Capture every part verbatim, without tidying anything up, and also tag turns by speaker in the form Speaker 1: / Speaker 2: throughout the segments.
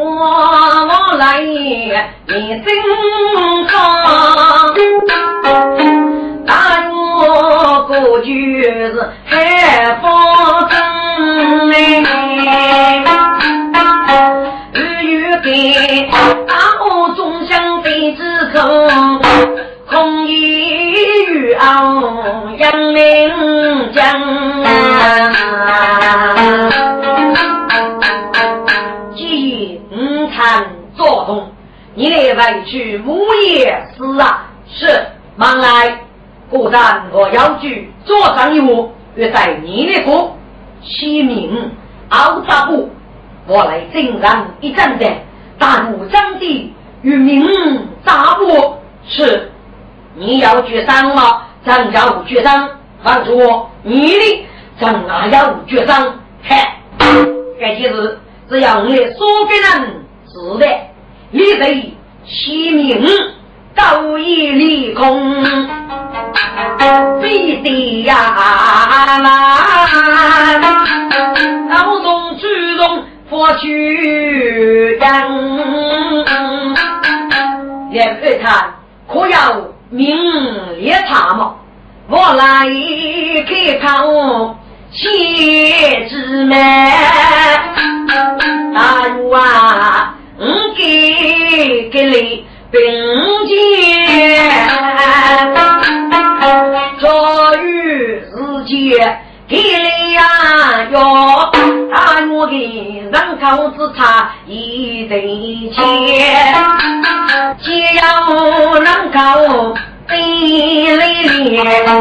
Speaker 1: 我来你心放，大我过去是海风筝哎，日月给大我中相飞之空，空一雨傲阳明江既嗯看做动你来外去木业事啊，是忙来故战我要去做上一幕约在你那个西明熬大步，我来征战一战的大陆张地与民大步，是你要决战吗？张要决战放出我你的张哪要决战嘿，该其实只要你说给人是的你得西明高义立功必得呀劳动之中佛去人连二看可要明烈茶吗？我来给看谢之美大如啊嗯给给你并肩这与世界给你呀哟大我给人口之差一对切只要能够对立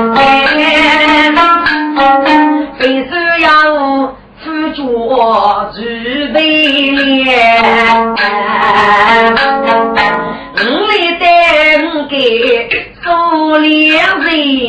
Speaker 1: 非是要辅助自卑你得给受连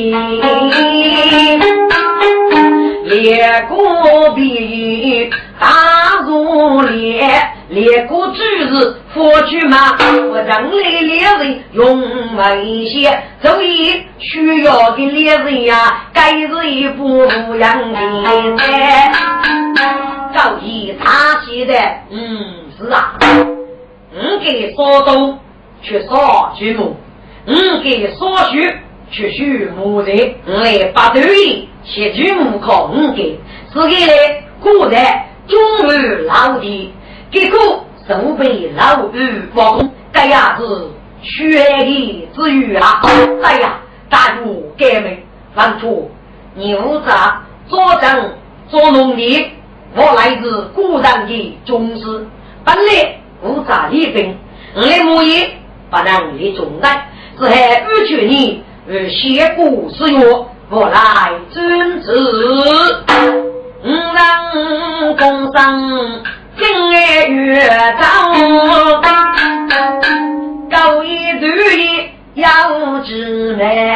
Speaker 1: 人列国比大如列列国之日佛去吗？我让你猎人用一些所以需要的猎人呀该是一不样的早已他写的嗯是啊嗯给说东去说去母嗯给说许去许母的嗯来把对写句母口嗯给是给来古代中日老的给古手被老语王这样子学的之语啊哎呀大陆革命当初牛杂做政做农民我来自古代的宗师本来无杂立兵我的母爷把能力中来是还不觉你与写故事哟我来尊旨嗯让工商今夜月照高一对一要知美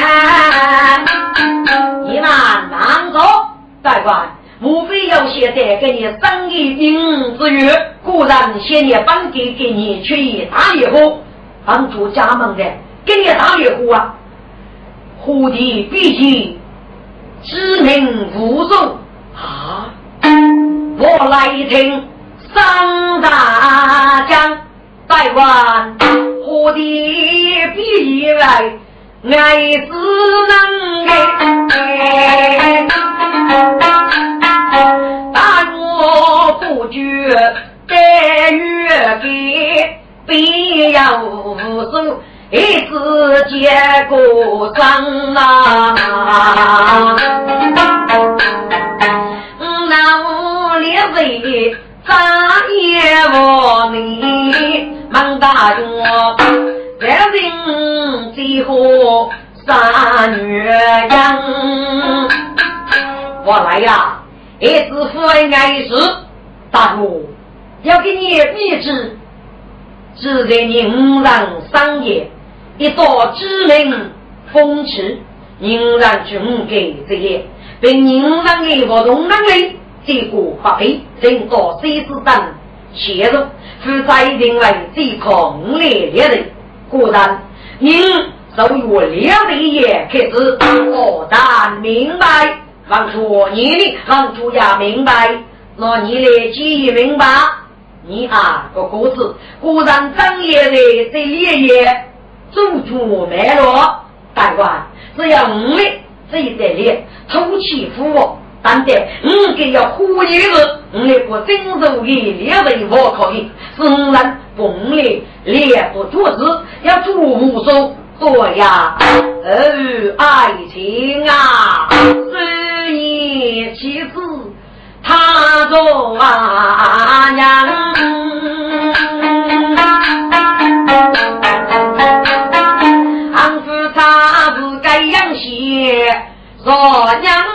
Speaker 1: 你慢慢走大官无非要写的给你生意应之余固然写你帮给给你去打猎户帮助家门的给你打猎户啊虎的必须知名无数啊我来听三大将大官虎的必须来爱只能给大若不觉待遇给必要无数一次结果上啊那列位咋也我你忙大我这人几乎三月阳我来呀一次父爱事大陆要给你秘制只给您让商业一座知名风驰您让军给这些并您让给我动能力这个发挥整个谁子等写入是在另外这孔烈烈的固然您所以我了的也可是我但明白让出你的让出呀明白那你的记忆明白你啊个故事果然张爷的这烈爷中途没落大官只要五位这一代烈偷气服我但得五个要呼一日五个不真肉的烈为我可以自然崩裂烈不做事要做无收对呀哦爱情啊是一其实他做啊娘安抚他不该养些说娘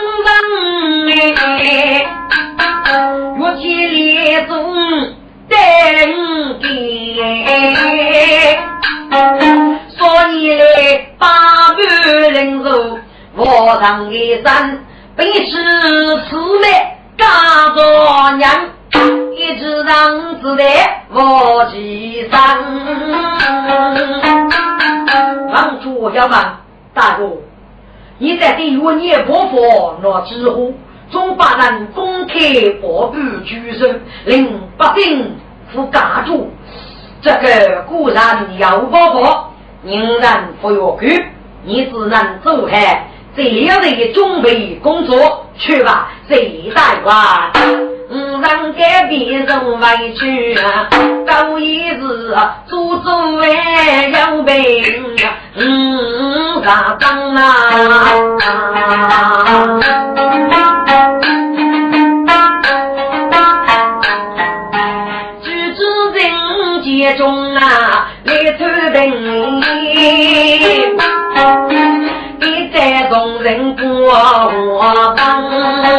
Speaker 1: 人若其列中等给所以嘞八百人肉我当一山彼此此类大作娘一直让子的我几山王主要忙大哥你在对我也不佛那之后总把人公开保护居身令百姓服嘎住这个固然要包包仍然不有去你只能做害这样的准备工作去吧这一代官嗯让给别人委屈高一日祖宗为要被嗯咋当啊举止人节中啊列出等一代众人过我帮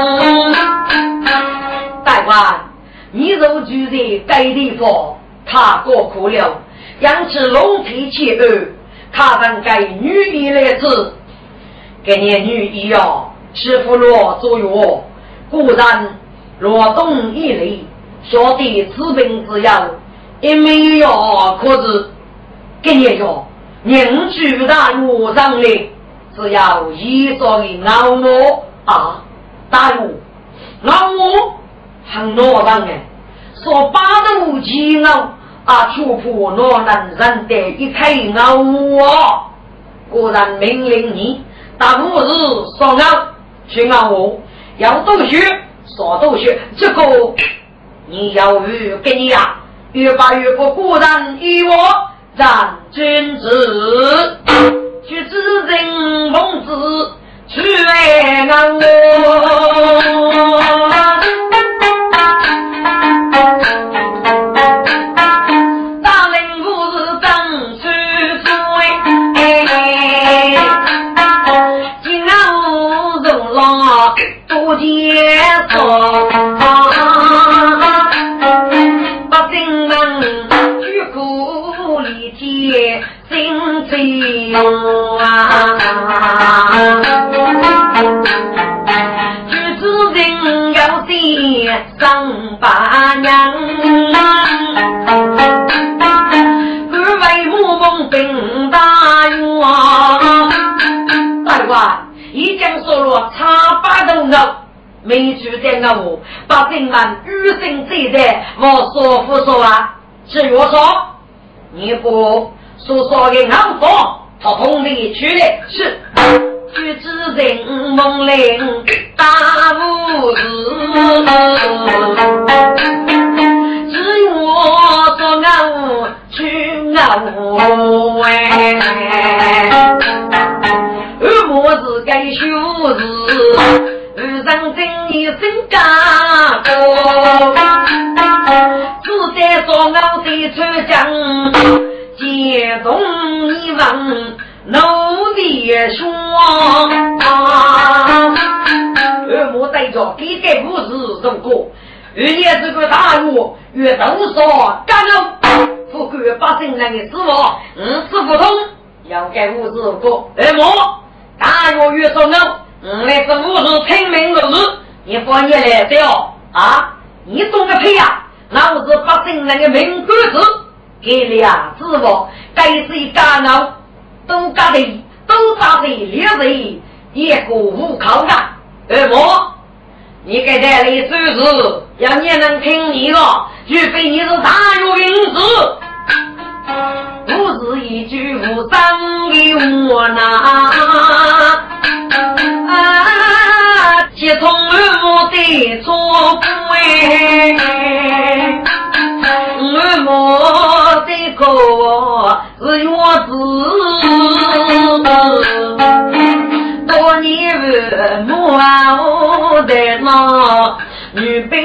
Speaker 1: 大官你若住在该地方他过苦了养起龙皮切恶他们该女医来治给你女医啊师傅若作用固然若动一类说的治病之药也没有可是给你说您巨大有张力只要一做的熬我啊大有熬我很多人哎说八的无极熬啊出破诺男人的一开熬我果然命令你大不是说熬去熬我要都学说都学这个你要与给你呀越把越不果然与我让君子去知人孟子去爱我大人不是当去水今后容了不接受百姓们去苦里贴心情啊举止人要些上八娘各位母梦并大愿大官已将说了差八头肉没去见到我把病人余生这代我说不说啊至于我说你不说说给好说他同你去的是去知人梦灵大无事只有我说我去我而我是该修日日上真一身家国自在做我的车将接动一往努力说而我带着给给不是这么过而也这个大陆越都说干了不可把生人的死亡嗯是不通要给物质过而我大陆越说呢嗯那是物质听明的事你放你来掉啊你懂个屁呀那我是把生人的名歌词给俩自我该是一干脑都干的都打的烈人一股无考的而我你给带来就是要你能听你了除非你是大有名字，不是一句无伤的我呐。啊，接通我的错位，我的口是我子，多年不我的那女兵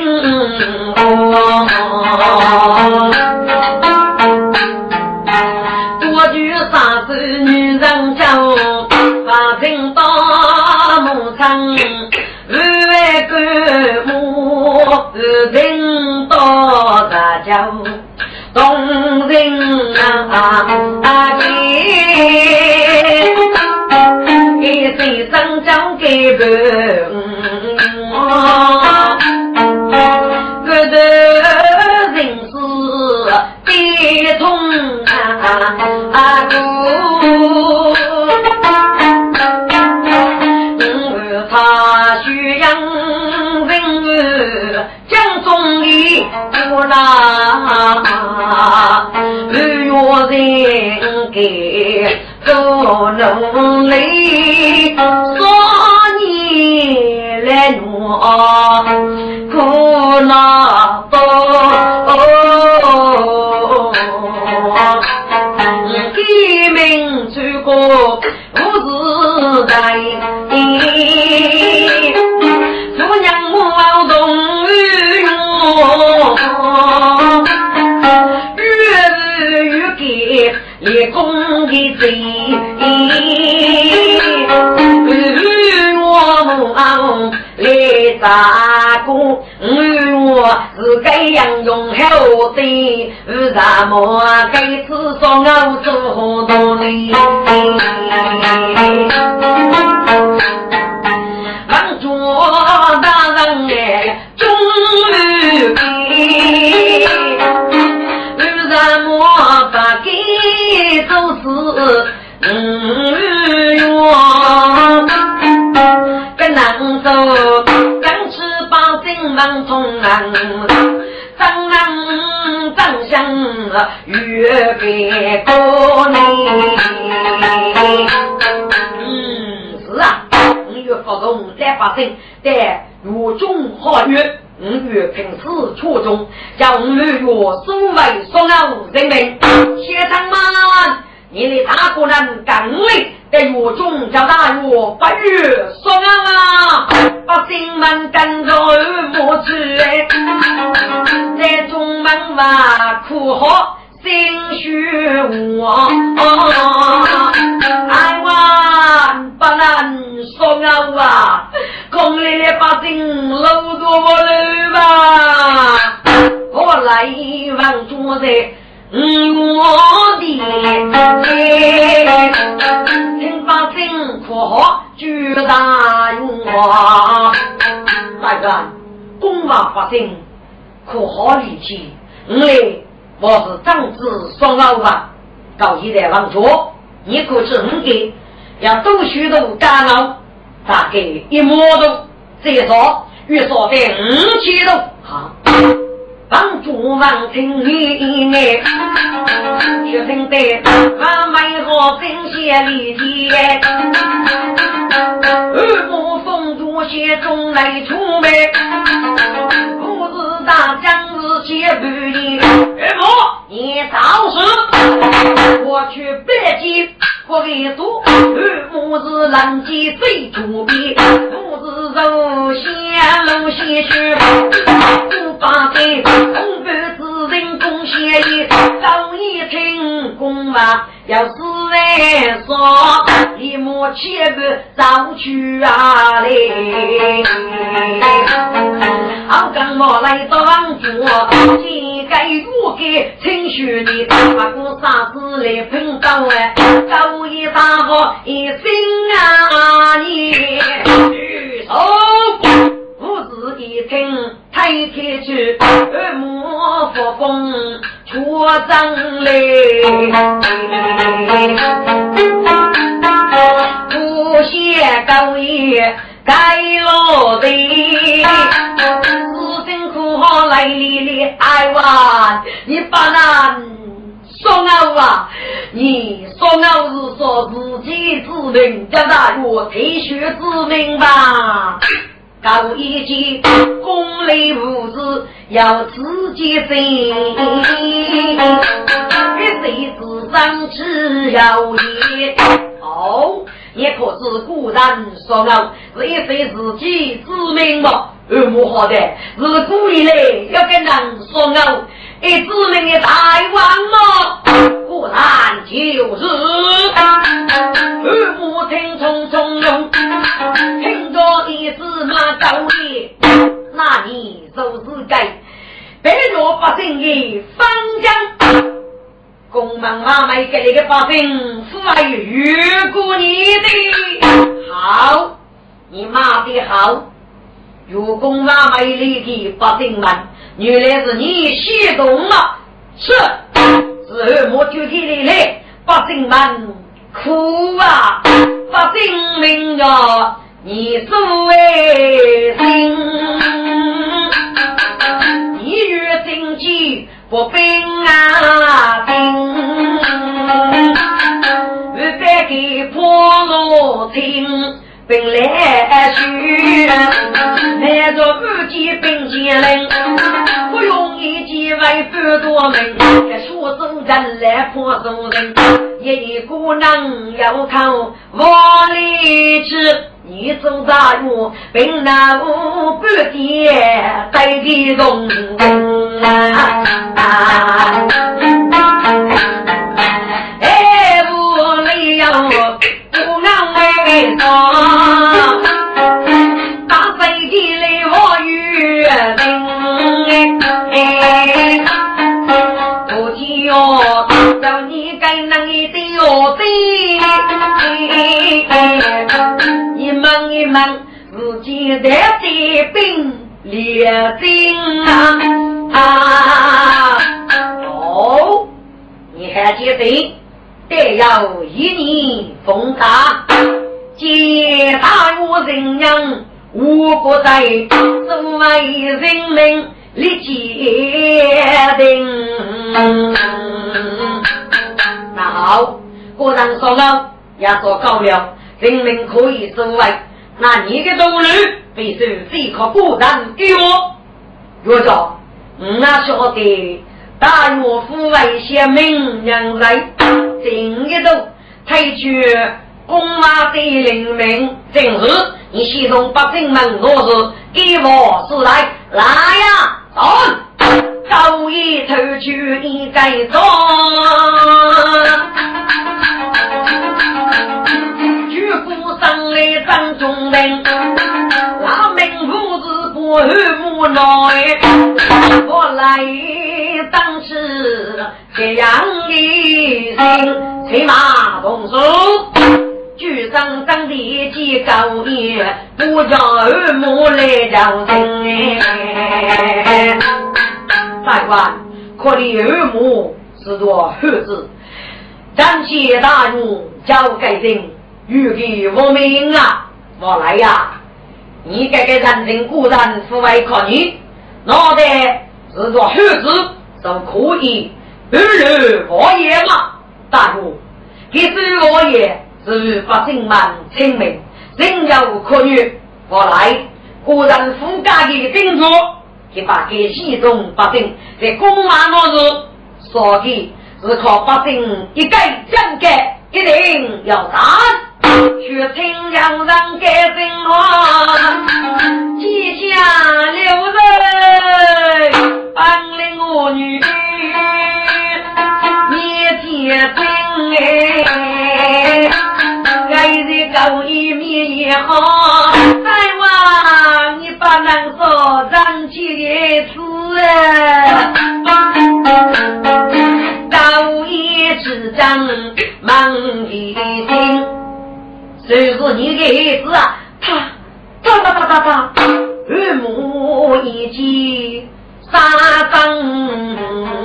Speaker 1: 多句啥子女人讲发生大梦场为个母人多大家动人啊啊给谁上交给人个的人是悲痛啊他需要人将中理不拿日月人给都能力说你来我苦恼一名出国不是在姑娘我懂日日给也公的贼我来打工我是该养用后的咱们该吃上澳洲活动的让做大人的终于给咱们把给都是嗯我跟难受刚吃饱金忙从南当然当相越给过你嗯是啊五月发动在发生在如中化月五月平时初中将五月收为送到人民学生们你的大国人岗位在我中叫大我八月送啊百姓们跟着莫去在中门哇苦喝心虚我爱我不能送啊空里的百姓搂着我来吧我来往桌子嗯，我的听把辛苦巨大用我大哥公马发生苦好力气嗯嘞我是长子双老吧高一的王卓你可是很给要都许多干扰大概一摸都这说越说的五七都好帮助王听你学生的他们和真些理解二部风度些中来出门不是大将是些不理二部你早时我去北京我给读二部是冷气最主笔不是肉线肉些去不把给公布自人公协议早已成功吧要是来说一模切个早去啊嘞好跟我来到王主几该如给程序的把过啥子来碰到哎早已打过一心啊你举手不是一听太铁去二魔佛风出张嘞不屑高义该落地死辛苦好来里里爱玩，你把那说我啊，你说我是说自己之名，叫大我退学之名吧。高一级功利无知要自己争，一辈子上只要一哦，也可是固然说我是一辈自己之名嘛，而不好的是故意嘞要跟人说我一知名的台湾嘛，固然就是耳目听从从容，听着一字马高烈，那你就是该被若百姓的方向公忙妈妈给那个百姓父爱越过你的好，你骂的好，如公妈妈里的百姓们原来是你激动了，是是耳目就体里来百姓们哭啊，百姓们啊你作为心你越心机不平啊平预备给破落听本来许那个不计并肩人不容易几位不多门这说中人来破中人一股能要靠我力之你走大路并那无不跌在地中哎不理要不能为他大飞机里我与命不计哦让你该能一定有的一忙一忙自己的疾病列定啊啊哦你还记得得要以你封他皆大无人样无国在作为人民立决定那好果然说了也说高了人民可以作为那你的动力必须这颗不然给我若着那晓得大若父为些名人来整个都推去公马的灵明正是你系统百姓们若是给我是来来呀走高一头去一改装举步上来张中人那名父子不耳目内我来当时这样一心骑马动手举上当地几高业不叫耳目来让人在官可里耳目是多盒子张谢大怒交给人预计我命啊我来呀你该给人人固然父为可你脑袋是做盒子就可以不如我也嘛大怒其实我也是百姓们清明人有可女我来固然父家的定着去把给系统百姓在公马那日所以是靠百姓一概降改一定要打却听让人给真话记下留人安领我女灭铁真哎爱的高一灭也好在望你把能说让起的事高一只张忙的心谁是你的孩子啊他他他他他他耳目一击杀张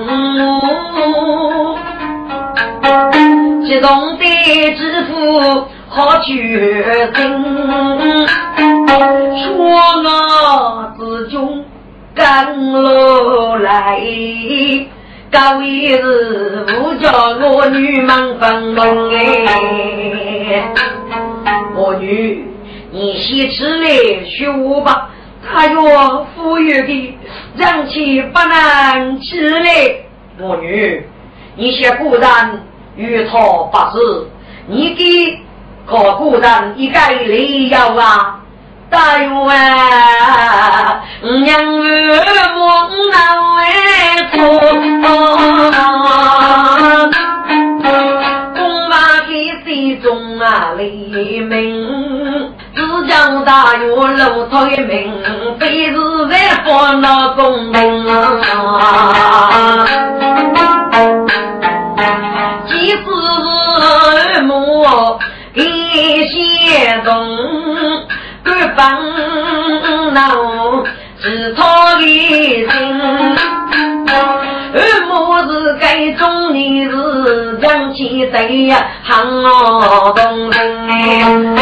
Speaker 1: 其中的支付好决定说我自中赶路来，高一日不叫我女忙分梦哎，我女你先吃来学我吧，他若富裕的让其不能吃来，我女你些固然与他不是，你给可固然一概理由啊，大约娘儿梦难为错，公马给谁中啊黎明，只讲大约楼推明，非是在烦恼公明啊，即使母给些动不帮恼只讨的心，而母子该中你是将其谁呀行我动人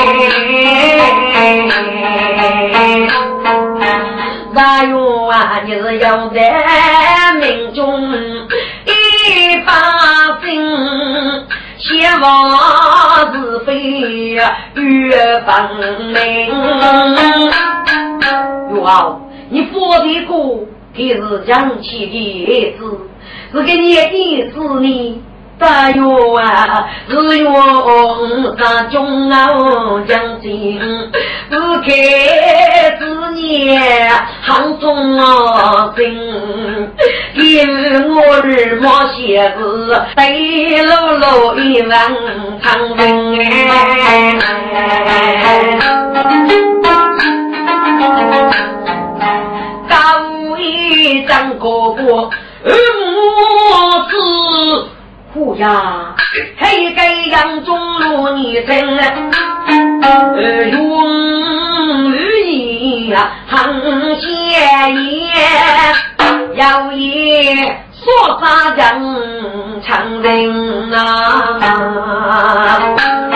Speaker 1: 大有啊你是要在命中一把心希望是非越分明哟啊你佛的故给是讲起的子是给你意思你大约啊只有杀中啊将军不开之年行中啊心因我日莫写字北路路一万长人高一张哥哥母子护呀黑盖阳中路你真呃用语呀行谢也要也说他讲长人啊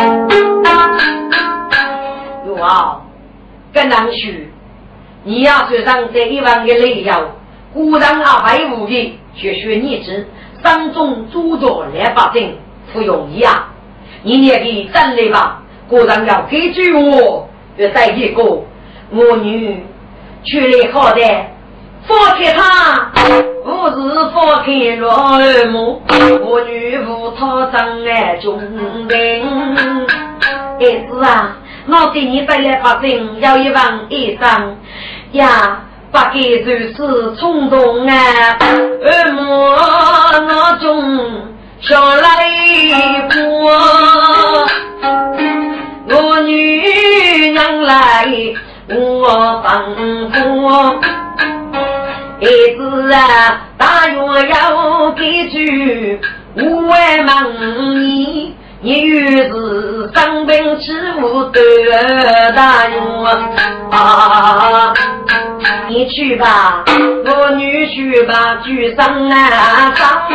Speaker 1: 哇跟狼许你要是让这一万个累药固然二百五的学学逆之当中诸多来把证服用一样你也可以站来吧固然要给据我要带一个我女去了好的放开他不是放开罗尔母我女夫他当爱中人儿子啊我给你带来把证要一万一张呀把给就是冲动啊而我那种上来过我女娘来我帮扶一子啊大约要给句无外忙你你于是上本吃无得大用啊你去吧我女婿吧去上啊上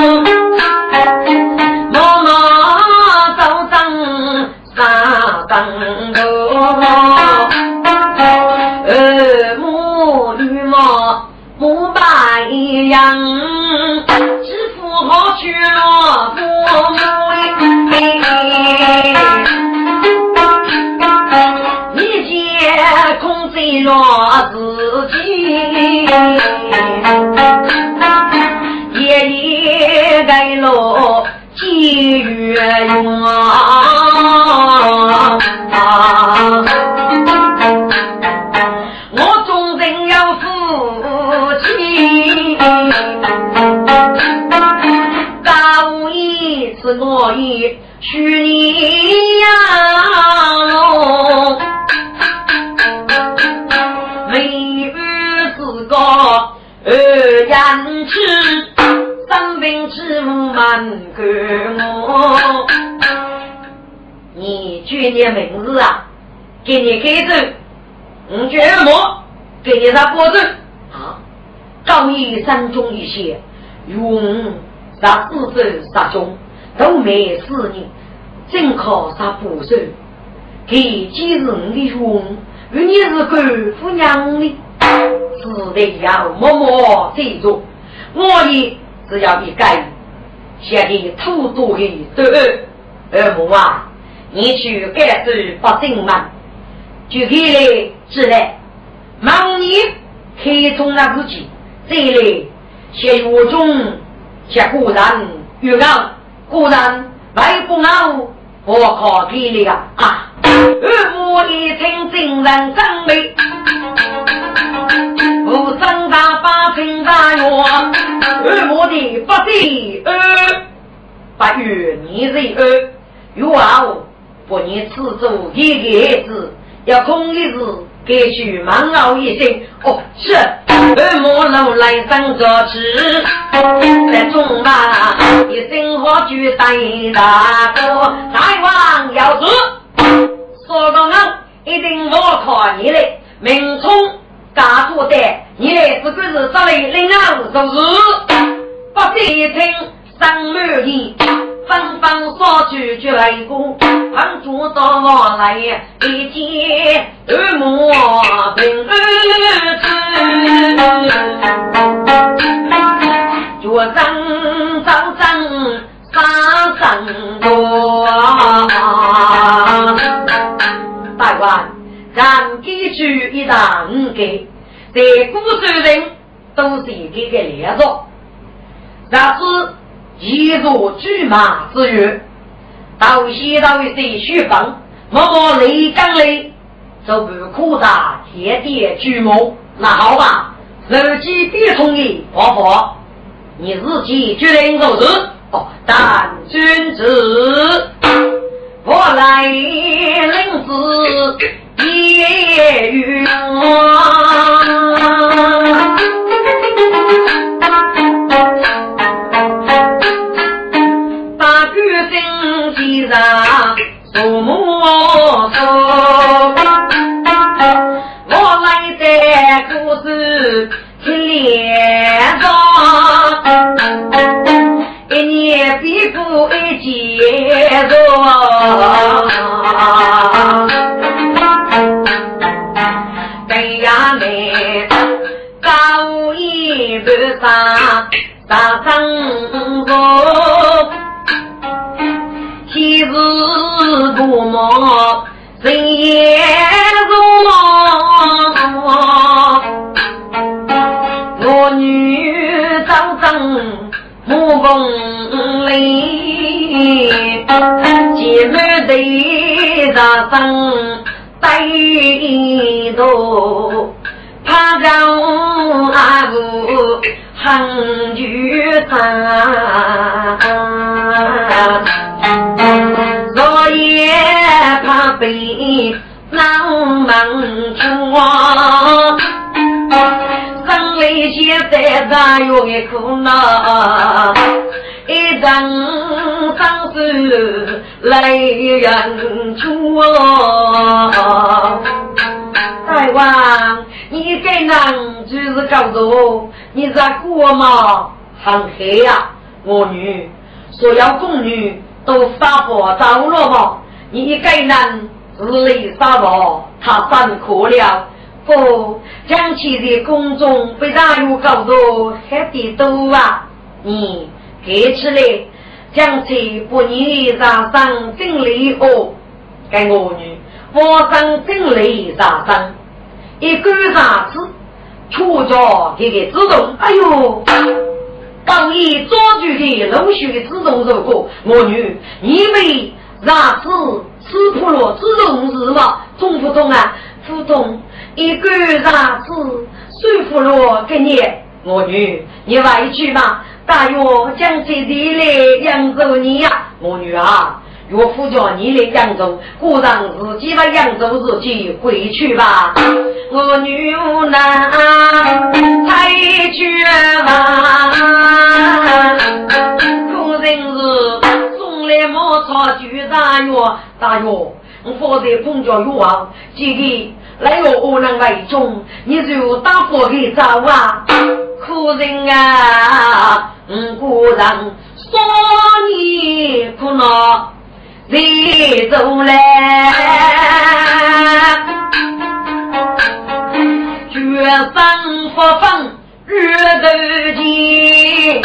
Speaker 1: 妈妈早上上当头呃母女嘛母白一样知府好去了父母你借控制了自己也也该了机遇用啊我终人要负起高一次我一许你呀每日自个二人吃三分之五满给我你去年名字啊给你给着你觉得么给你他脖子啊高一三中一些用杀四分杀中都没事你正靠杀不是给几人的用与你是个夫娘的只得要默默记住，我也只要一改，写给偷渡的对二母啊，你去改制不正门，就给来之来，忙你开通那自己，这类写我中写固然遇到固然外不傲，我可给你个啊！二母一听真人真美，我长大八千大月，二母的不对二八月你是二，有啊不你吃住一个孩子，要空一日给去忙熬一生哦，是二母楼来生着吃，在中吧一生活去带大哥，大王要死。说个好，一定我靠你嘞！明冲家族的，你嘞这个是这里领导就是不必听上满意，纷纷说句句来过，帮助到我来一见二母平安，脚上早上沙上多。大官，咱给去一大五给，在古时人都是一个连着，但是一入巨马之余，到西到一些虚本，默默雷刚雷，就不扩大铁地巨谋。那好吧，手机必同意婆婆，你自己决定走事哦，但君子。我来领子夜雨大举星期上数目数，我来的故事去连着一年比不一节奏，对呀你高一不上大上路，其实不忙人也容，我女早上木工里姐妹的大生带头他让阿布很沮丧，所以怕被浪漫出生理现在咋有个苦恼，一张上司来人出大王，你给人就是搞着你在过吗？很黑呀、啊！我女所要宫女都发火着了吗？你一个人累杀了，他真可了。不，将其的宫中被大有搞着还得多啊！你给起来，将其不你让上经理哦，该我女我上经理让上。一个啥子出着这个自动，哎呦当一做具的陆续自动走过，我女你为啥子吃破了自动是吗？懂不懂啊？不懂。一个啥子说服了给你，我女你外去吧，大约将这地来养走你呀、啊，我女啊若夫叫你来扬州，故让自己把扬州自己回去吧。我女无奈太绝望，可人是送来莫草举大药，大药我放在碰着药啊，这个来有我能为中，你就打火给找啊，可人啊，嗯，故让说你苦恼。谁走来绝山风风日头间，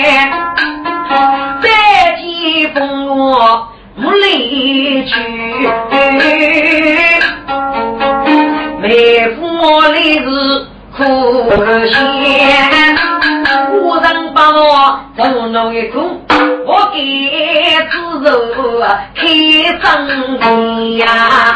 Speaker 1: 再见风落无离去，每夫离日苦咸，无人把我走弄一苦，我给自肉开生地呀，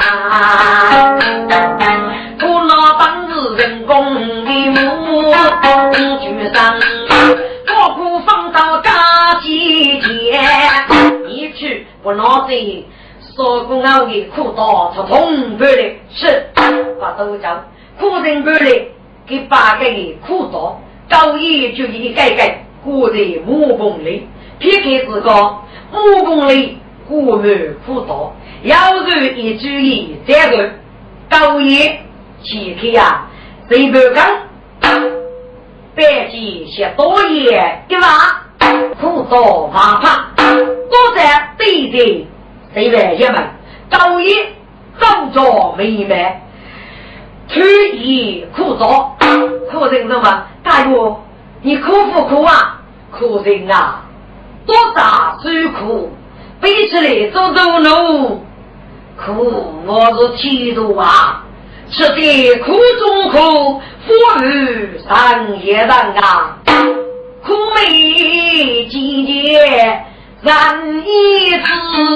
Speaker 1: 苦恼当日人工的母举上，我苦放到大季节，一去我脑子说公熬的苦到他痛不了，是把都讲苦人不了给八个的苦到高一就一改改过的木工里撇开自个木工里过门苦到要是一注意这个高一起开啊谁不讲白鸡些多爷一把苦到麻烦都在对对谁来也们高一高着妹妹去以苦着苦人什么大约你苦不苦啊苦人啊多大最苦背起来走走路苦我是气度啊吃的苦中苦富裕上也上啊苦美季节然一次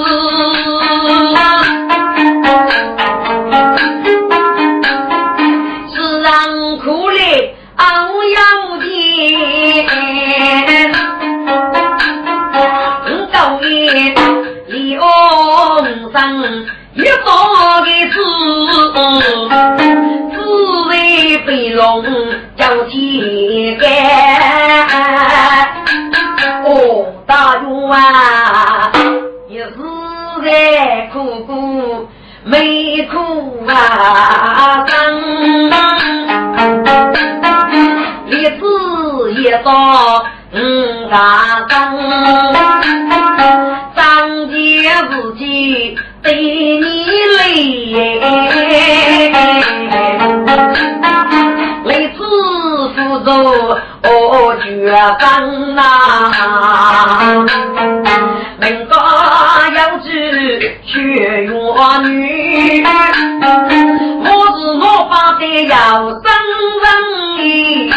Speaker 1: 是让苦累熬要甜高一李翁上一多的字自为被龙叫起干哦大勇啊也是在苦苦没苦啊一次也到嗯大当张杰自己对你累累次福州哦绝方啊门高要知学我女我是我把的要生人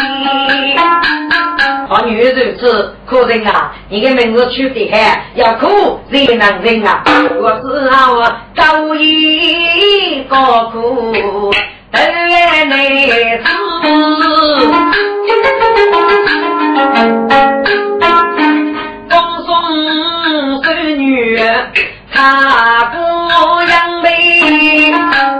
Speaker 1: 我女如此苦人啊你的名字取得还要苦谁能人啊我知道我高一个苦得你是风送孙女他不扬眉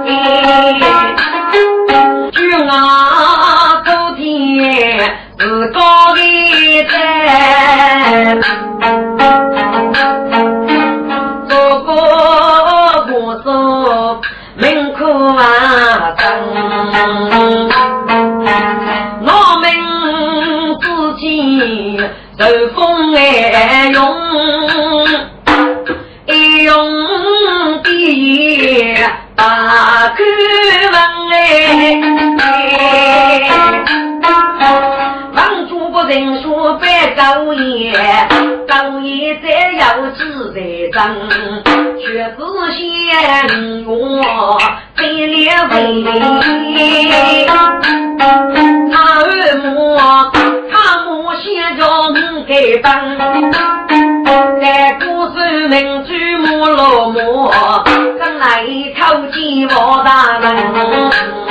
Speaker 1: 君啊走天是高的在做过不做命苦啊我们自己受风爱用一用的大口问哎王主不人说白高爷高爷再要自在张却是嫌我非烈为他二母他母先中给帮在故事名句母老母跟来靠近我大人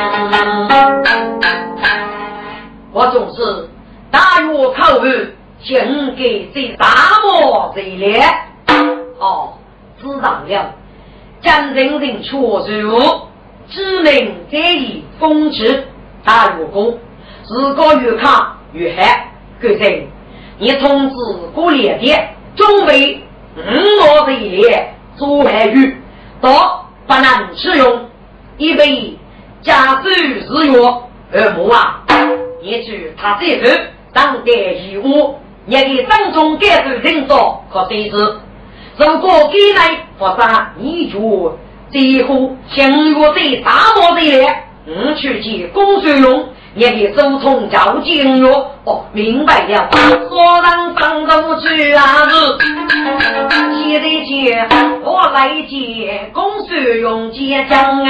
Speaker 1: 我总是大约靠日献给这大漠这列哦知道了将人人错入知名得以封持大约公如果越看越害各人你通知各列的中为五我这一列做海域都不能使用因为家属日月而母啊也许他这时当得义务也给当中改革人做和这事如果给来或者你就几乎相约对大漠的人五去及公水龙也给周通交经哟。哦，明白了，说让上头去啊子，现在接我来接公孙永接将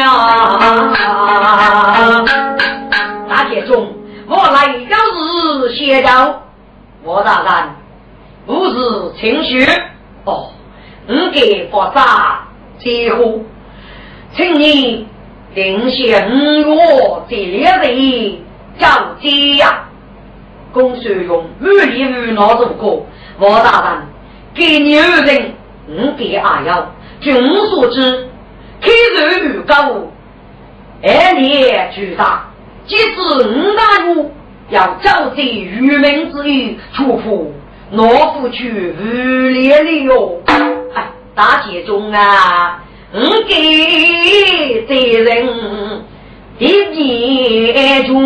Speaker 1: 啊，大姐中我来要是写着，我大人不是情绪哦，你给佛扎几乎，请你定下五月这两日交接呀。公孙用无理于脑子过，我大人给你二人五给二幺，据我所知，开始预告二年巨大，即使五大户要召集愚民之语，出乎懦夫去无列理由。哎，大姐中啊，五给这人一业中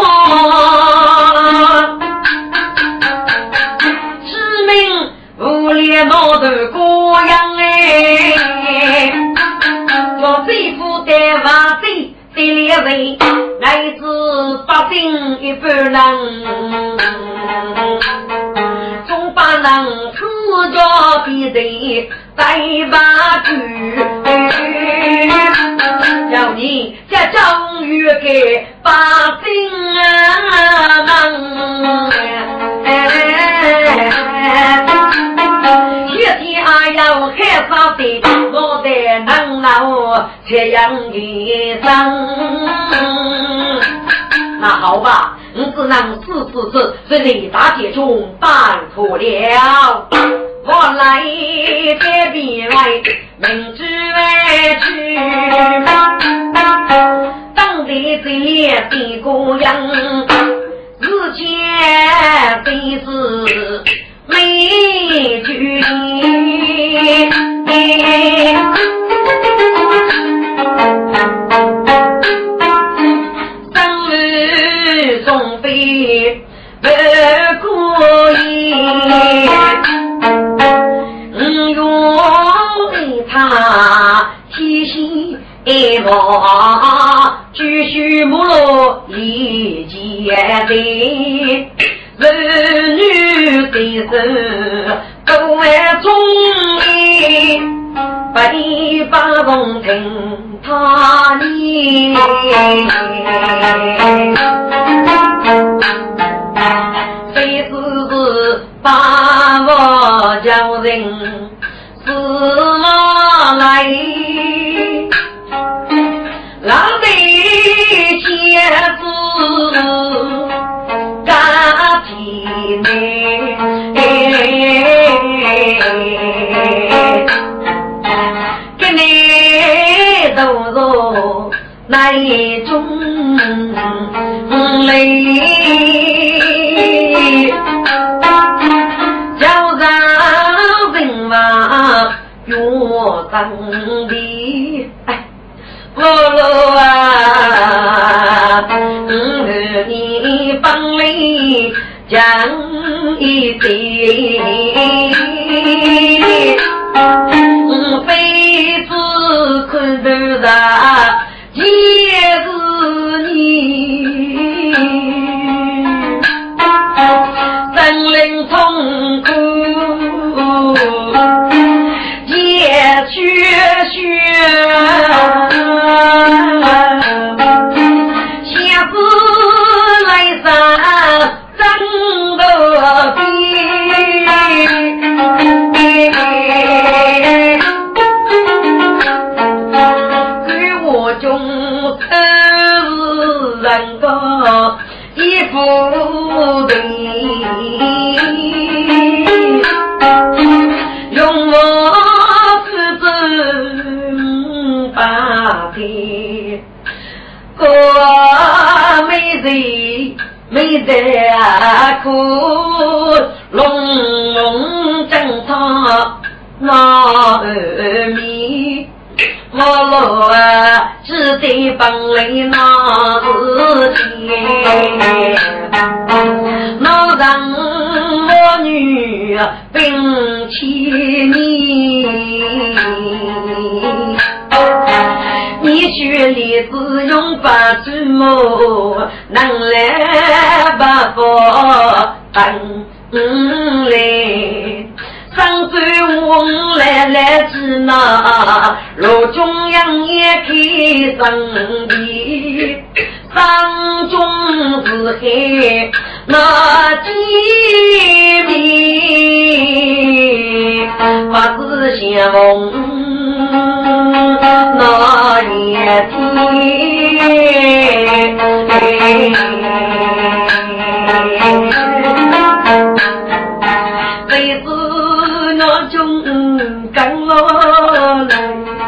Speaker 1: 知名无脸脑的姑娘哎，要这副的话对这列位来自八定一半人，总把人出着比的在把句，要你在正月给八定啊忙，一天还要开发的我的能老这样一生。那好吧，你只能试试试，这里大姐中办妥了。我来这边来，明知为去，当地这列的姑娘，日前非是美句生日送飞不过意，嗯哟他提醒一毛继续母罗理解的儿女的事都为中意，百把风听他你非是把我叫人死我来让你接子家庭给你都做那一种泪叫上人嘛有当的哎不如啊嗯你帮你讲一点嗯非子困得大也是你生灵痛苦也缺血下次来上真的给我中是人个一副的用我是真把的过没得没得苦隆隆正他那儿米我老啊只得帮来那自己那让我女并起你你学里子用把子母能来把佛等来。上周我来来之那，路中央也开生意，上中是海那几米，不是相逢那一天。这次我中刚落来，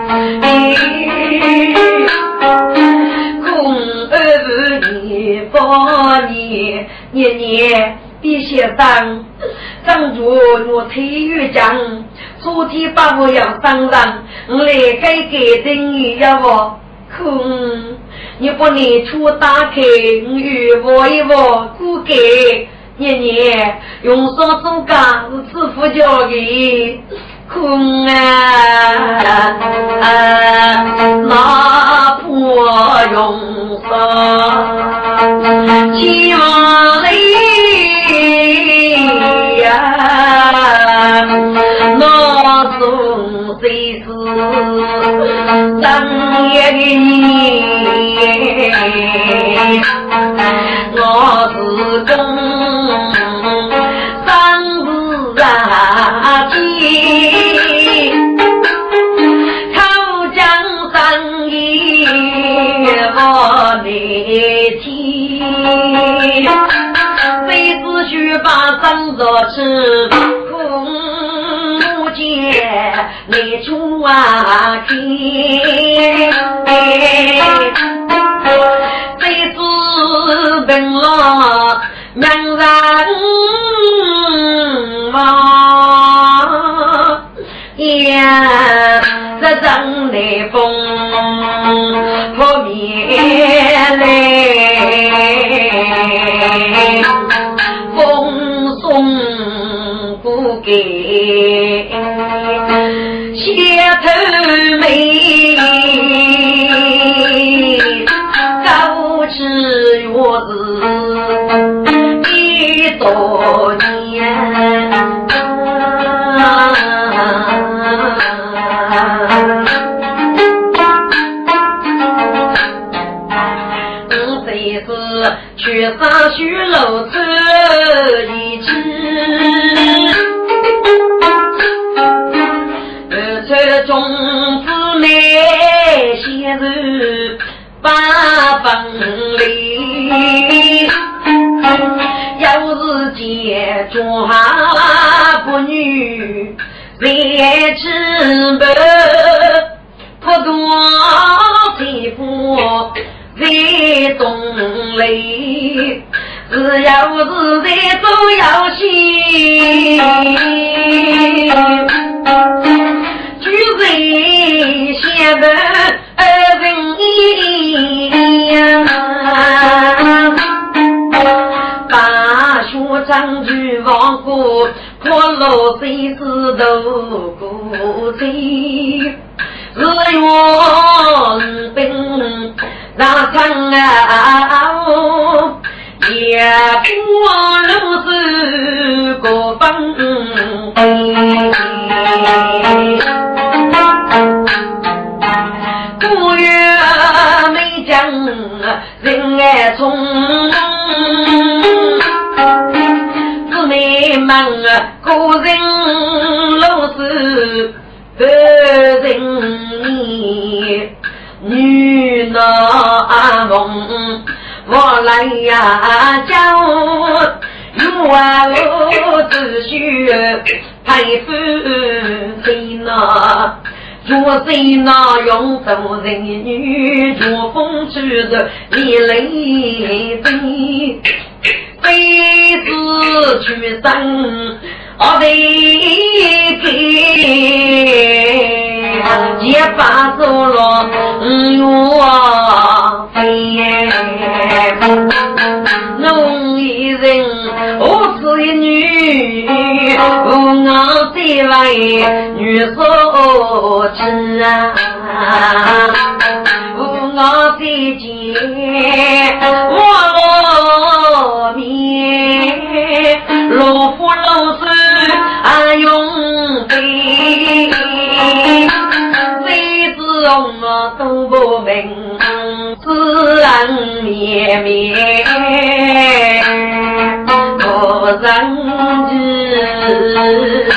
Speaker 1: 空儿你把你年年必须当张主我体育奖，昨天把我要当上，我来该给的你要我空，你把你出打开，与我一我估给。年年用手做干自负交给空啊，哪破用手希望里呀，那送谁是当夜的你，我是公非子须把三座吃空木剑你出啊听非子本了两人嘛呀这张内风破灭嘞风送不给斜头眉高枝月子一多年去上许楼车一次二车中子内先日八分里要是结抓不女别吃不不多皮肤在东雷只要是在都要心举人先的二人一大学长举王国破楼谁知道不谁日月兵那场啊也不如是个方古月没讲人爱从姊妹们个人都是个人你女那阿梦我来呀教如啊我只需佩服谁呢若谁那用手人女若风趣的你雷的非子去生我得给结巴走了我飞弄一人我是一女我这位女所知啊我这件我罗面罗夫罗斯啊永飞谁知我都不明自然灭灭不人知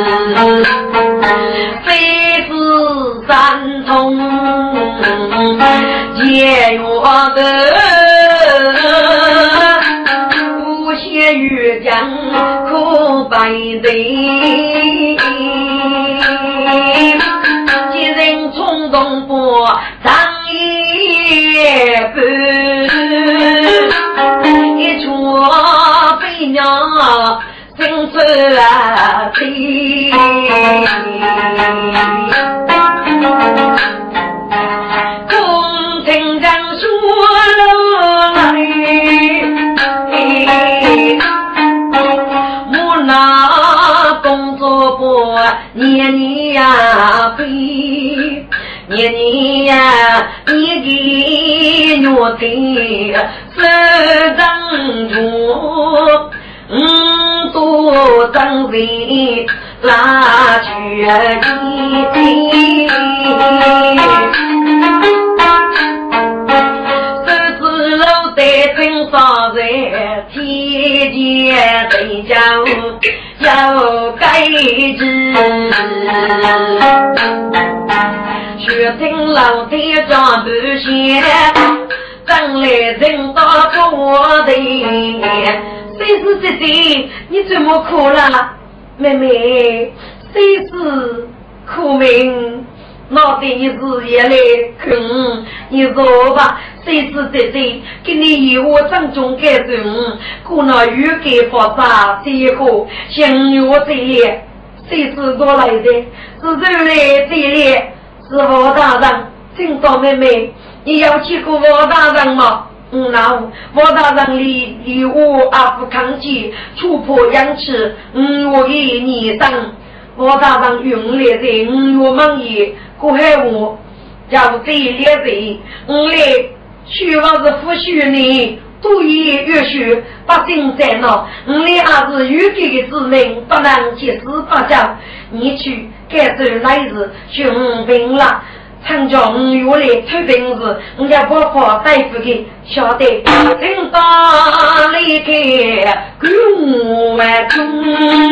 Speaker 1: 非是三通解我的无限雨江苦百贼几人冲动不张一步一出飞鸟生死啊飞公听讲说了来木那工作不年年呀飞年年呀你给我的是当初嗯多当人拉去你十字路的真少人天界对家要改制学听老爹长不些将来人到我的谁是谁谁你怎么哭了妹妹谁是苦命那的一日夜来坑你说吧谁是谁谁给你以我正中改正故那语给发啥结果像我这里谁是过来的是人类这里是我大人听到妹妹你要去过我大人吗嗯，那我大人里里我阿不抗拒触破阳气嗯我给你当我大人用来的嗯我们也过海我叫这列的嗯来去往是复习呢都以越学把精在那嗯你还是预计的之命不能去死不讲你去改走来日雄兵了参加五月来出兵时我要包括大夫给晓得听到离开古外中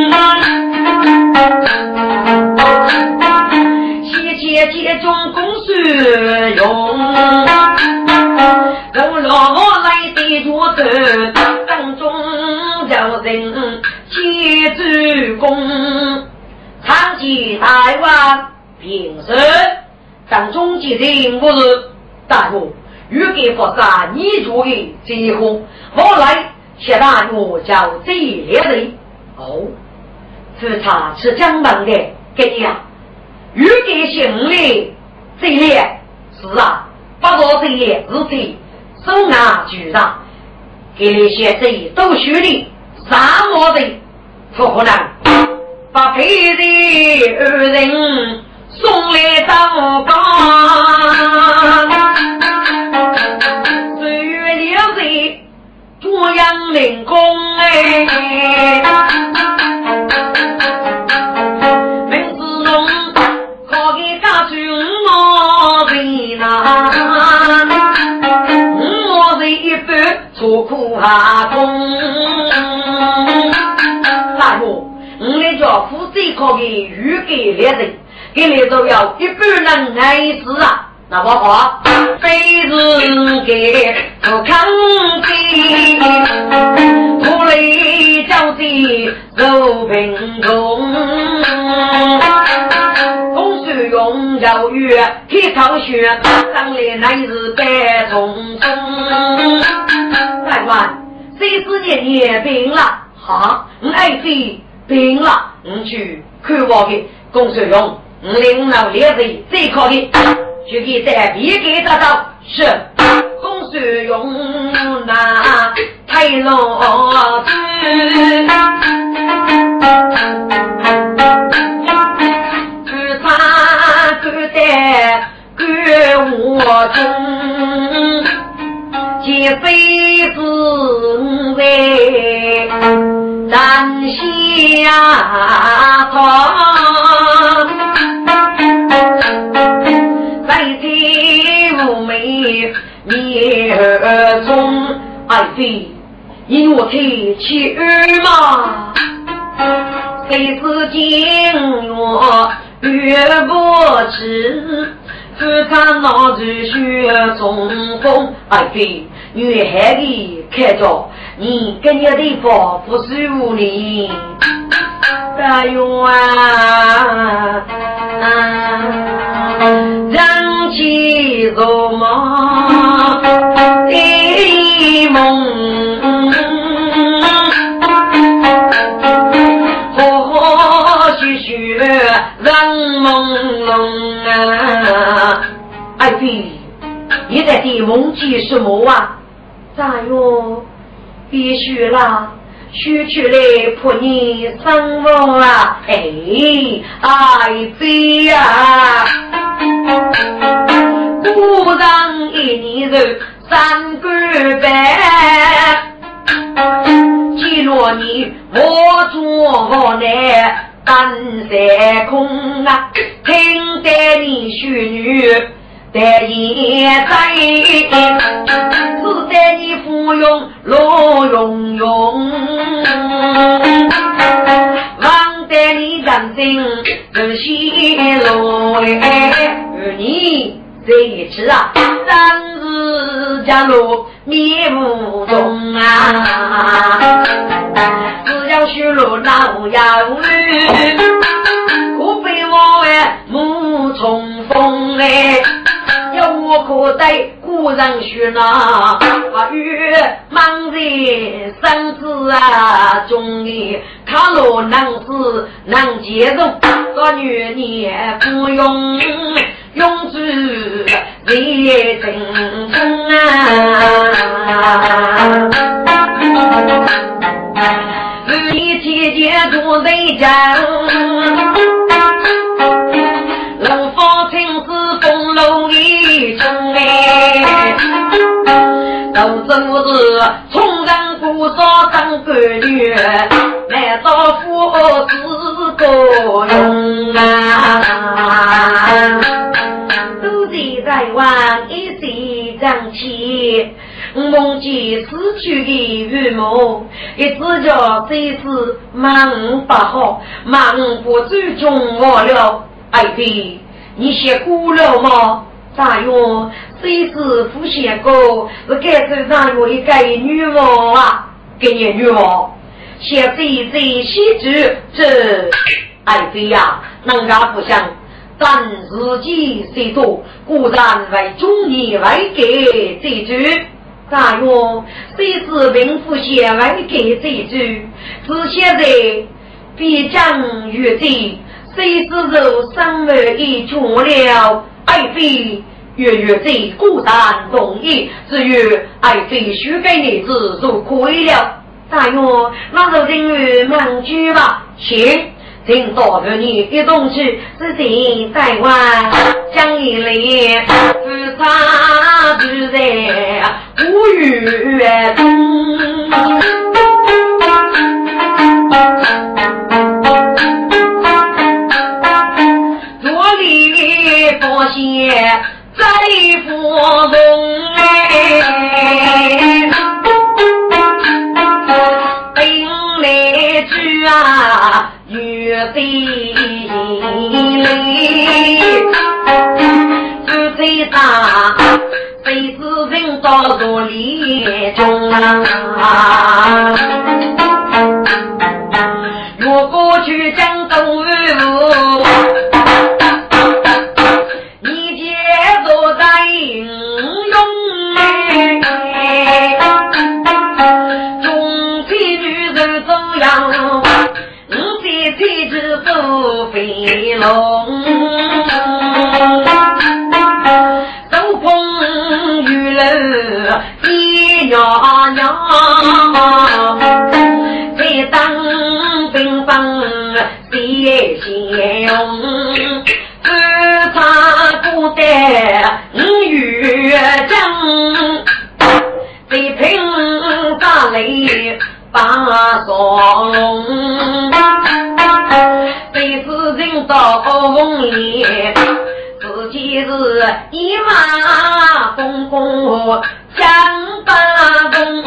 Speaker 1: 谢谢接中公事用等老来的桌子当中叫人接主公长期台湾平时当中几人不是大夫预给佛萨你主的结婚后来写大夫叫这列人哦是他是江南的给你啊预给行李这列是啊把我这列日子手拿举上给你写这都学的沙漠的不可能把配的二人送来到岗岁月流水中央领工哎名字弄可给大军我为难我为一半出苦下空大夫你叫夫妻可给预给列人给你都要一半人爱死啊那么好非是给不抗击不雷交地肉平中公事用教育铁考学当年来日白匆匆台湾谁之年也病了好你爱谁病了你去看我的公事用领导列位最可的就给在别给得到是公事用那太老子只差只得给我中呀他在天无美你儿中爱妃因我提起儿嘛谁知今我越不知只看脑子血中风爱妃女孩的看着你跟你的地方不是无理大勇啊让起做梦的梦和许许让朦胧啊爱妃你在地梦记什么啊大勇必须啦须去来破你生活啊哎爱妃呀故让一年人三个半记落你我做我呢单在空啊听得你许女的也在只在你芙蓉罗融融望得你眼睛是西罗与你这一次啊三日加入灭无踪啊只要许路老要女我被我哎母重逢哎要我可带故人去哪把雨忙人生子啊终于卡罗能是能接受个女你不用用之为成功啊一切皆都在讲冷风情是风楼一程哎都真是冲人不说当个女来到父子个用啊都在在玩一起张起梦见死去的羽毛一直叫这次忙不好忙不最终我了爱妃你写过了吗大约谁是不写过是该是大约一个女王啊给你女王写这这写字这爱妃呀能家不想但自己谁多固然为中年为给这句大约谁是名副写为给这句只写在必将于地谁是肉生而已出了爱妃月月这孤单同意至于爱妃许给你自入亏了大约那就等于满居吧请听到的你的东西自己在外将一类自杀之人无语中若里不写在佛中兵来之啊月地里自最大谁知人到多里中啊若过去江东日你接着在应用中妻女人走样妻子不飞龙手风雨了一娘娘这当兵方写写用只差不得雨正这平大雷把所龙自己是一马风风江八公，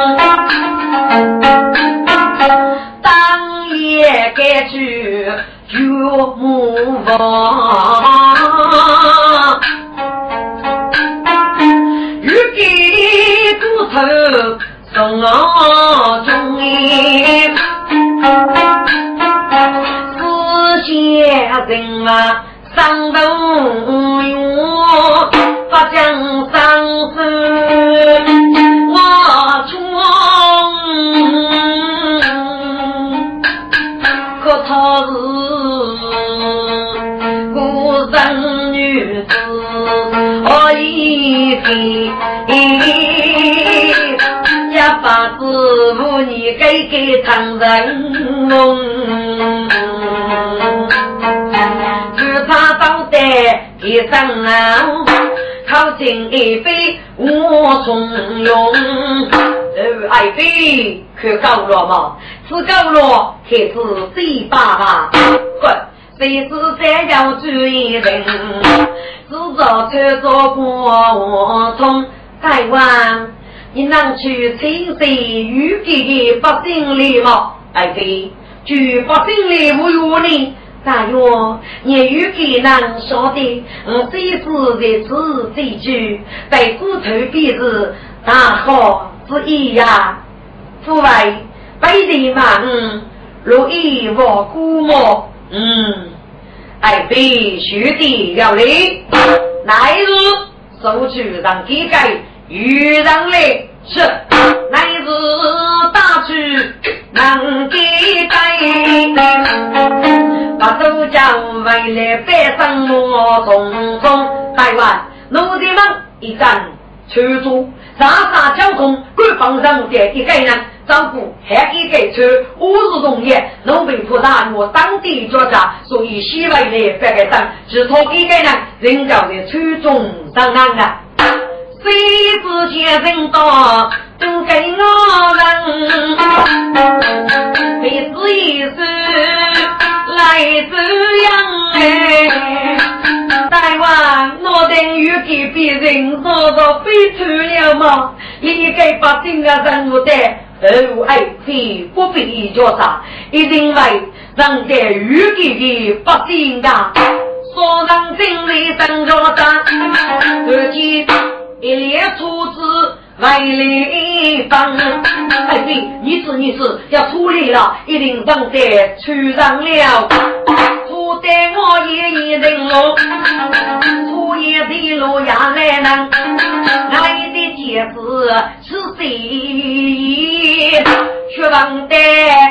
Speaker 1: 当夜该去绝木房，欲给骨头送我中意，思想人啊上东涌，不将上身我冲，可他是孤身女子我一飞，也把子妇你给给唐人梦，只怕到得一上啊靠近一杯我从容，呃，爱妃可高了吗？是高了，可是最爸爸。滚！谁是这样主意人？只着车坐过我从台湾，你能去清水预计百姓里吗？爱妃，据百姓里不如你。大约你预计能说的，我这次的此这句在骨头鼻子大好之意呀。父外北地嘛，嗯，如意我估摸，嗯，爱妃学的要理，乃日收取让给改与让来是，乃日大举能给改。把手将为了百姓我匆匆台湾奴隶们一战驱逐傻傻交通官方上的一个人照顾还一个车五日农业农被迫大我当地作家，所以西外的百个人只托一个人人家的驱中上岸啊，谁之前人多都给我人每次一次来这样哎，台湾我等于给别人说到非出了吗？一个把这个人物的而爱非不必做啥，一定为让这语给的不定的所让经历等着他自己一列出资来一方，哎对，你是你是要处理了，一定让这去让了，出得我也一人路，出也的路呀来能，来的姐子是谁？却忘得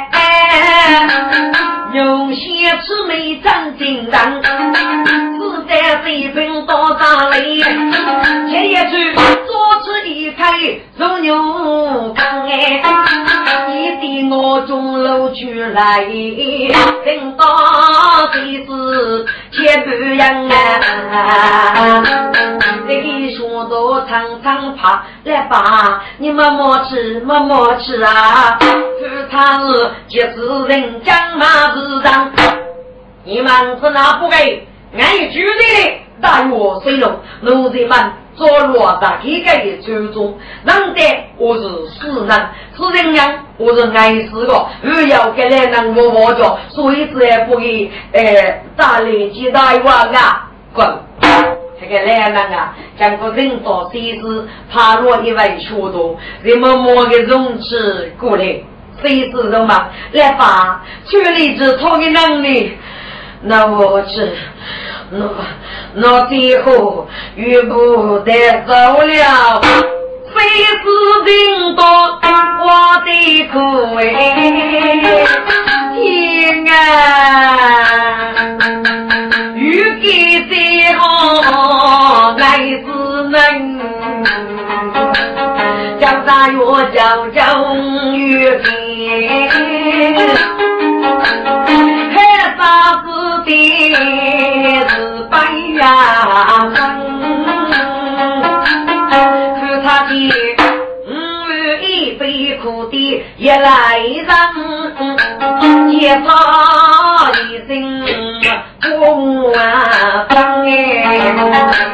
Speaker 1: 有些吃没长进人，是在水平多大里，前也去多吃一开肉牛汤哎，一定我中楼去来，等到谁是且不样啊，这说都常常怕来吧，你们莫吃莫莫吃啊，是他是就是人家马子上，你们是哪不给俺举的大约水龙奴才们做落在一个的手中，让的我是死人是人样，我是爱死个不要给来能我我着，所以这也不给呃大力几大万啊滚这个来人啊讲个人多谁是怕落一位出动人们摸个容器过来谁是人嘛来把处理之托的能力那我是那那最后遇不得走了非是领导我的苦哎天啊遇给最后来自能叫大约叫叫遇给黑啥子的是白呀可他的嗯一杯苦的也来让也怕一声不啊哎。